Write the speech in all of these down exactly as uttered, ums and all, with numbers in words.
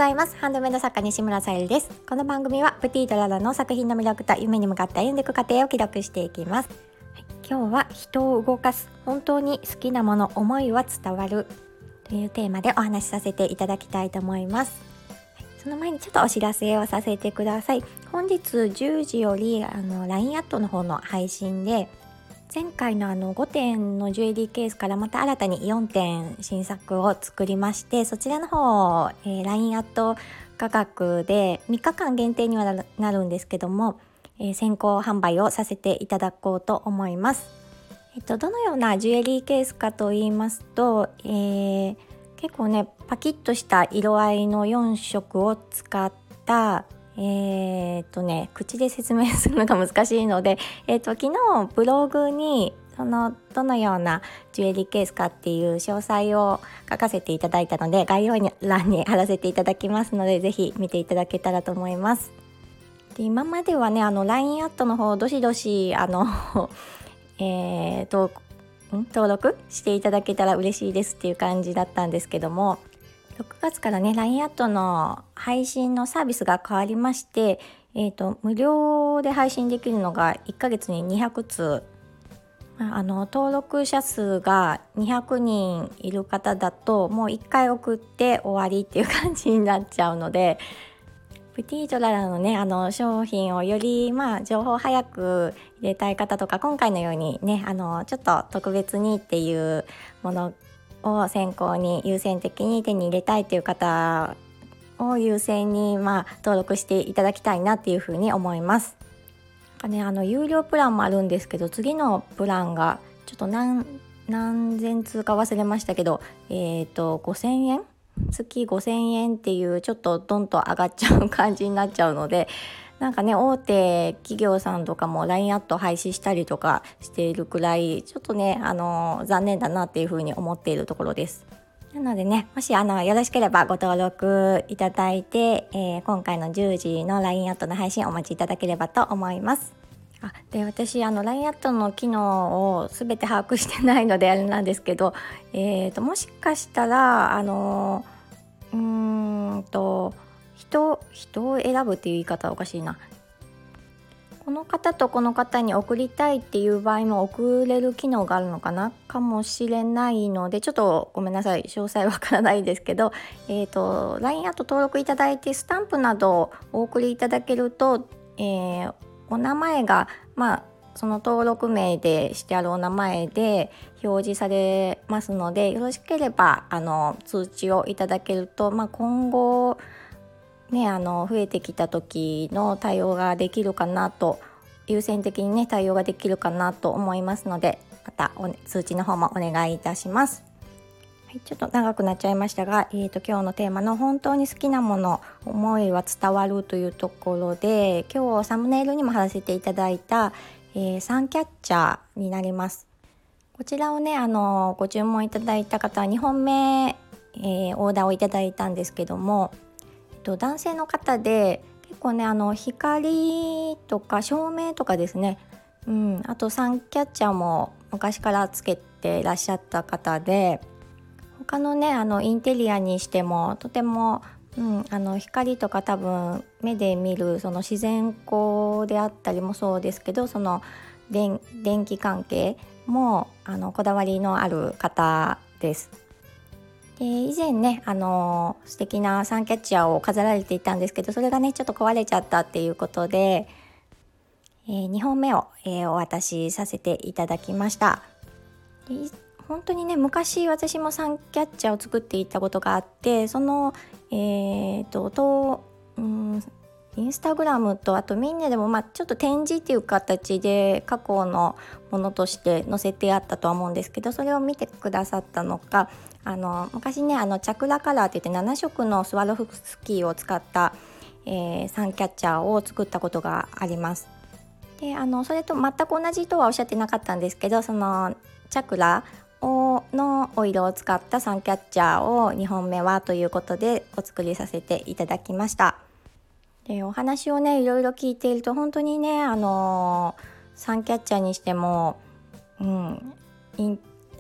ざいます。ハンドメイド作家西村さゆりです。この番組はプティとララの作品の魅力と夢に向かって歩んでいく過程を記録していきます。はい、今日は人を動かす、本当に好きなもの、思いは伝わるというテーマでお話しさせていただきたいと思います。はい、その前にちょっとお知らせをさせてください。本日じゅうじよりあの ライン アットの方の配信で、前回のあのごてんのジュエリーケースからまた新たによんてん新作を作りまして、そちらの方、えー、ライン アット価格でみっかかん限定にはなるんですけども、えー、先行販売をさせていただこうと思います。えっと、どのようなジュエリーケースかと言いますと、えー、結構ねパキッとした色合いのよんしょくを使ったえーっとね口で説明するのが難しいので、えーっと昨日ブログにそのどのようなジュエリーケースかっていう詳細を書かせていただいたので、概要欄に貼らせていただきますので、ぜひ見ていただけたらと思います。で、今まではねあの ライン アットの方どしどしあの、えー、と登録していただけたら嬉しいですっていう感じだったんですけども、ろくがつからね ライン アットの配信のサービスが変わりまして、えーと、無料で配信できるのがいっかげつににひゃくつう、あの登録者数がにひゃくにんいる方だともういっかい送って終わりっていう感じになっちゃうので、プティとララのねあの商品をよりまあ情報を早く入れたい方とか、今回のようにねあのちょっと特別にっていうものを先行に優先的に手に入れたいという方を優先にまあ登録していただきたいなっていうふうに思います。なんかね、あの有料プランもあるんですけど、次のプランがちょっと何何千通か忘れましたけど、えーとごせんえん月ごせんえんっていうちょっとドンと上がっちゃう感じになっちゃうので、なんかね大手企業さんとかも ライン アット廃止したりとかしているくらい、ちょっとねあの残念だなっていうふうに思っているところです。なのでね、もしあのよろしければご登録いただいて、えー、今回のじゅうじの ライン アットの配信お待ちいただければと思います。あで私あの ライン アットの機能を全て把握してないのであれなんですけど、えーともしかしたらあのうーんと人人を選ぶっていう言い方はおかしいな、この方とこの方に送りたいっていう場合も送れる機能があるのかなかもしれないので、ちょっとごめんなさい詳細わからないですけど、えーと ライン アット登録いただいてスタンプなどをお送りいただけると、えーお名前がまあその登録名でしてあるお名前で表示されますので、よろしければあの通知をいただけると、まあ、今後ねあの増えてきた時の対応ができるかなと、優先的にね対応ができるかなと思いますので、またお、ね、通知の方もお願いいたします。はい、ちょっと長くなっちゃいましたが、えーと、今日のテーマの本当に好きなもの、思いは伝わるというところで、今日サムネイルにも貼らせていただいた、えー、サンキャッチャーになります。こちらをねあのご注文いただいた方はにほんめ、えー、オーダーをいただいたんですけども、えっと、男性の方で結構ねあの光とか照明とかですね、うん、あとサンキャッチャーも昔からつけていらっしゃった方で、他のねあのインテリアにしてもとても、うん、あの光とか多分目で見るその自然光であったりもそうですけど、その 電, 電気関係もあのこだわりのある方です。で以前ねあの素敵なサンキャッチャーを飾られていたんですけど、それがねちょっと壊れちゃったっていうことで、えー、にほんめを、えー、お渡しさせていただきました。で本当にね昔私もサンキャッチャーを作っていたことがあって、そのえーととうんインスタグラムとあとミンネでも、まあ、ちょっと展示っていう形で過去のものとして載せてあったとは思うんですけど、それを見てくださったのか、あの昔ねあのチャクラカラーっていってななしょくのスワロフスキーを使った、えー、サンキャッチャーを作ったことがあります。であのそれと全く同じとはおっしゃってなかったんですけど、そのチャクラのオイルを使ったサンキャッチャーをにほんめはということでお作りさせていただきました。でお話をねいろいろ聞いていると、本当にねあのサンキャッチャーにしても、うん、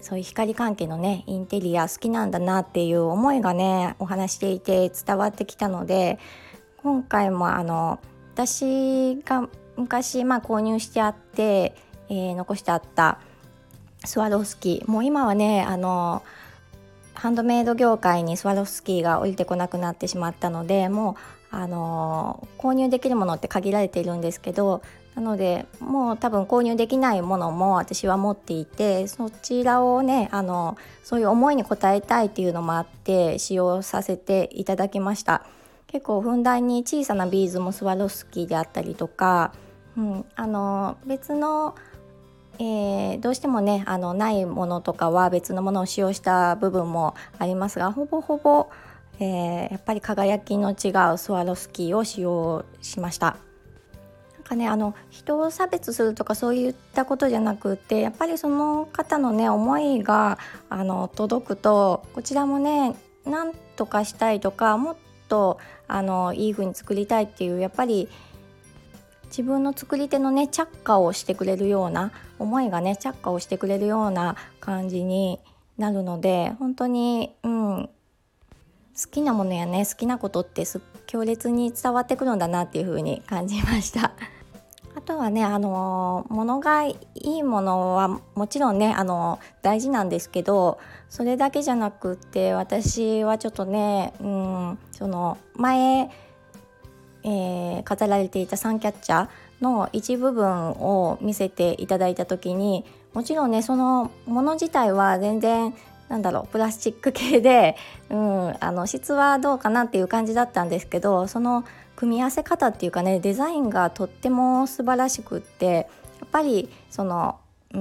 そういう光関係のねインテリア好きなんだなっていう思いがねお話していて伝わってきたので、今回もあの私が昔まあ購入してあって、えー、残してあったスワロフスキー、もう今はねあのハンドメイド業界にスワロフスキーが降りてこなくなってしまったので、もうあの購入できるものって限られているんですけど、なのでもう多分購入できないものも私は持っていて、そちらをねあのそういう思いに応えたいっていうのもあって使用させていただきました。結構ふんだんに小さなビーズもスワロフスキーであったりとか、うん、あの別のえー、どうしてもねあのないものとかは別のものを使用した部分もありますが、ほぼほぼ、えー、やっぱり輝きの違うスワロフスキーを使用しました。なんかねあの人を差別するとかそういったことじゃなくて、やっぱりその方のね思いがあの届くと、こちらもねなんとかしたいとか、もっとあのいい風に作りたいっていう、やっぱり自分の作り手のね着火をしてくれるような思いがね着火をしてくれるような感じになるので、本当に、うん、好きなものやね好きなことって強烈に伝わってくるんだなっていう風に感じましたあとはねあの物がいいものはもちろんねあの大事なんですけど、それだけじゃなくって私はちょっとね、うん、その前えー、飾られていたサンキャッチャーの一部分を見せていただいた時に、もちろんねそのもの自体は全然なんだろうプラスチック系で、うん、あの質はどうかなっていう感じだったんですけど、その組み合わせ方っていうかねデザインがとっても素晴らしくって、やっぱりその、うん、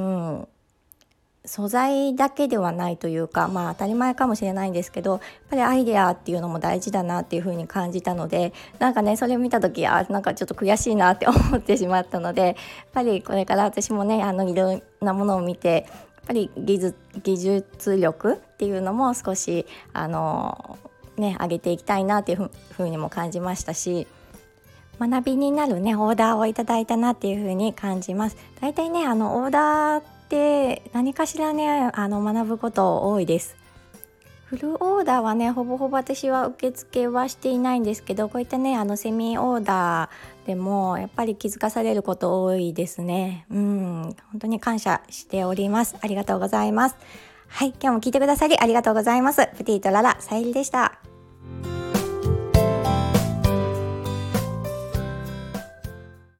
素材だけではないというか、まあ当たり前かもしれないんですけど、やっぱりアイデアっていうのも大事だなっていう風に感じたので、なんかねそれを見た時あなんかちょっと悔しいなって思ってしまったので、やっぱりこれから私もねあのいろんなものを見て、やっぱり技術、技術力っていうのも少しあのね上げていきたいなっていう風にも感じましたし、学びになるねオーダーをいただいたなっていう風に感じます。だいたいねあのオーダーって何かしらねあの学ぶこと多いです。フルオーダーはねほぼほぼ私は受付はしていないんですけど、こういったねあのセミオーダーでもやっぱり気づかされること多いですね。うん本当に感謝しております。ありがとうございます。はい、今日も聞いてくださりありがとうございます。プティとララさゆりでした。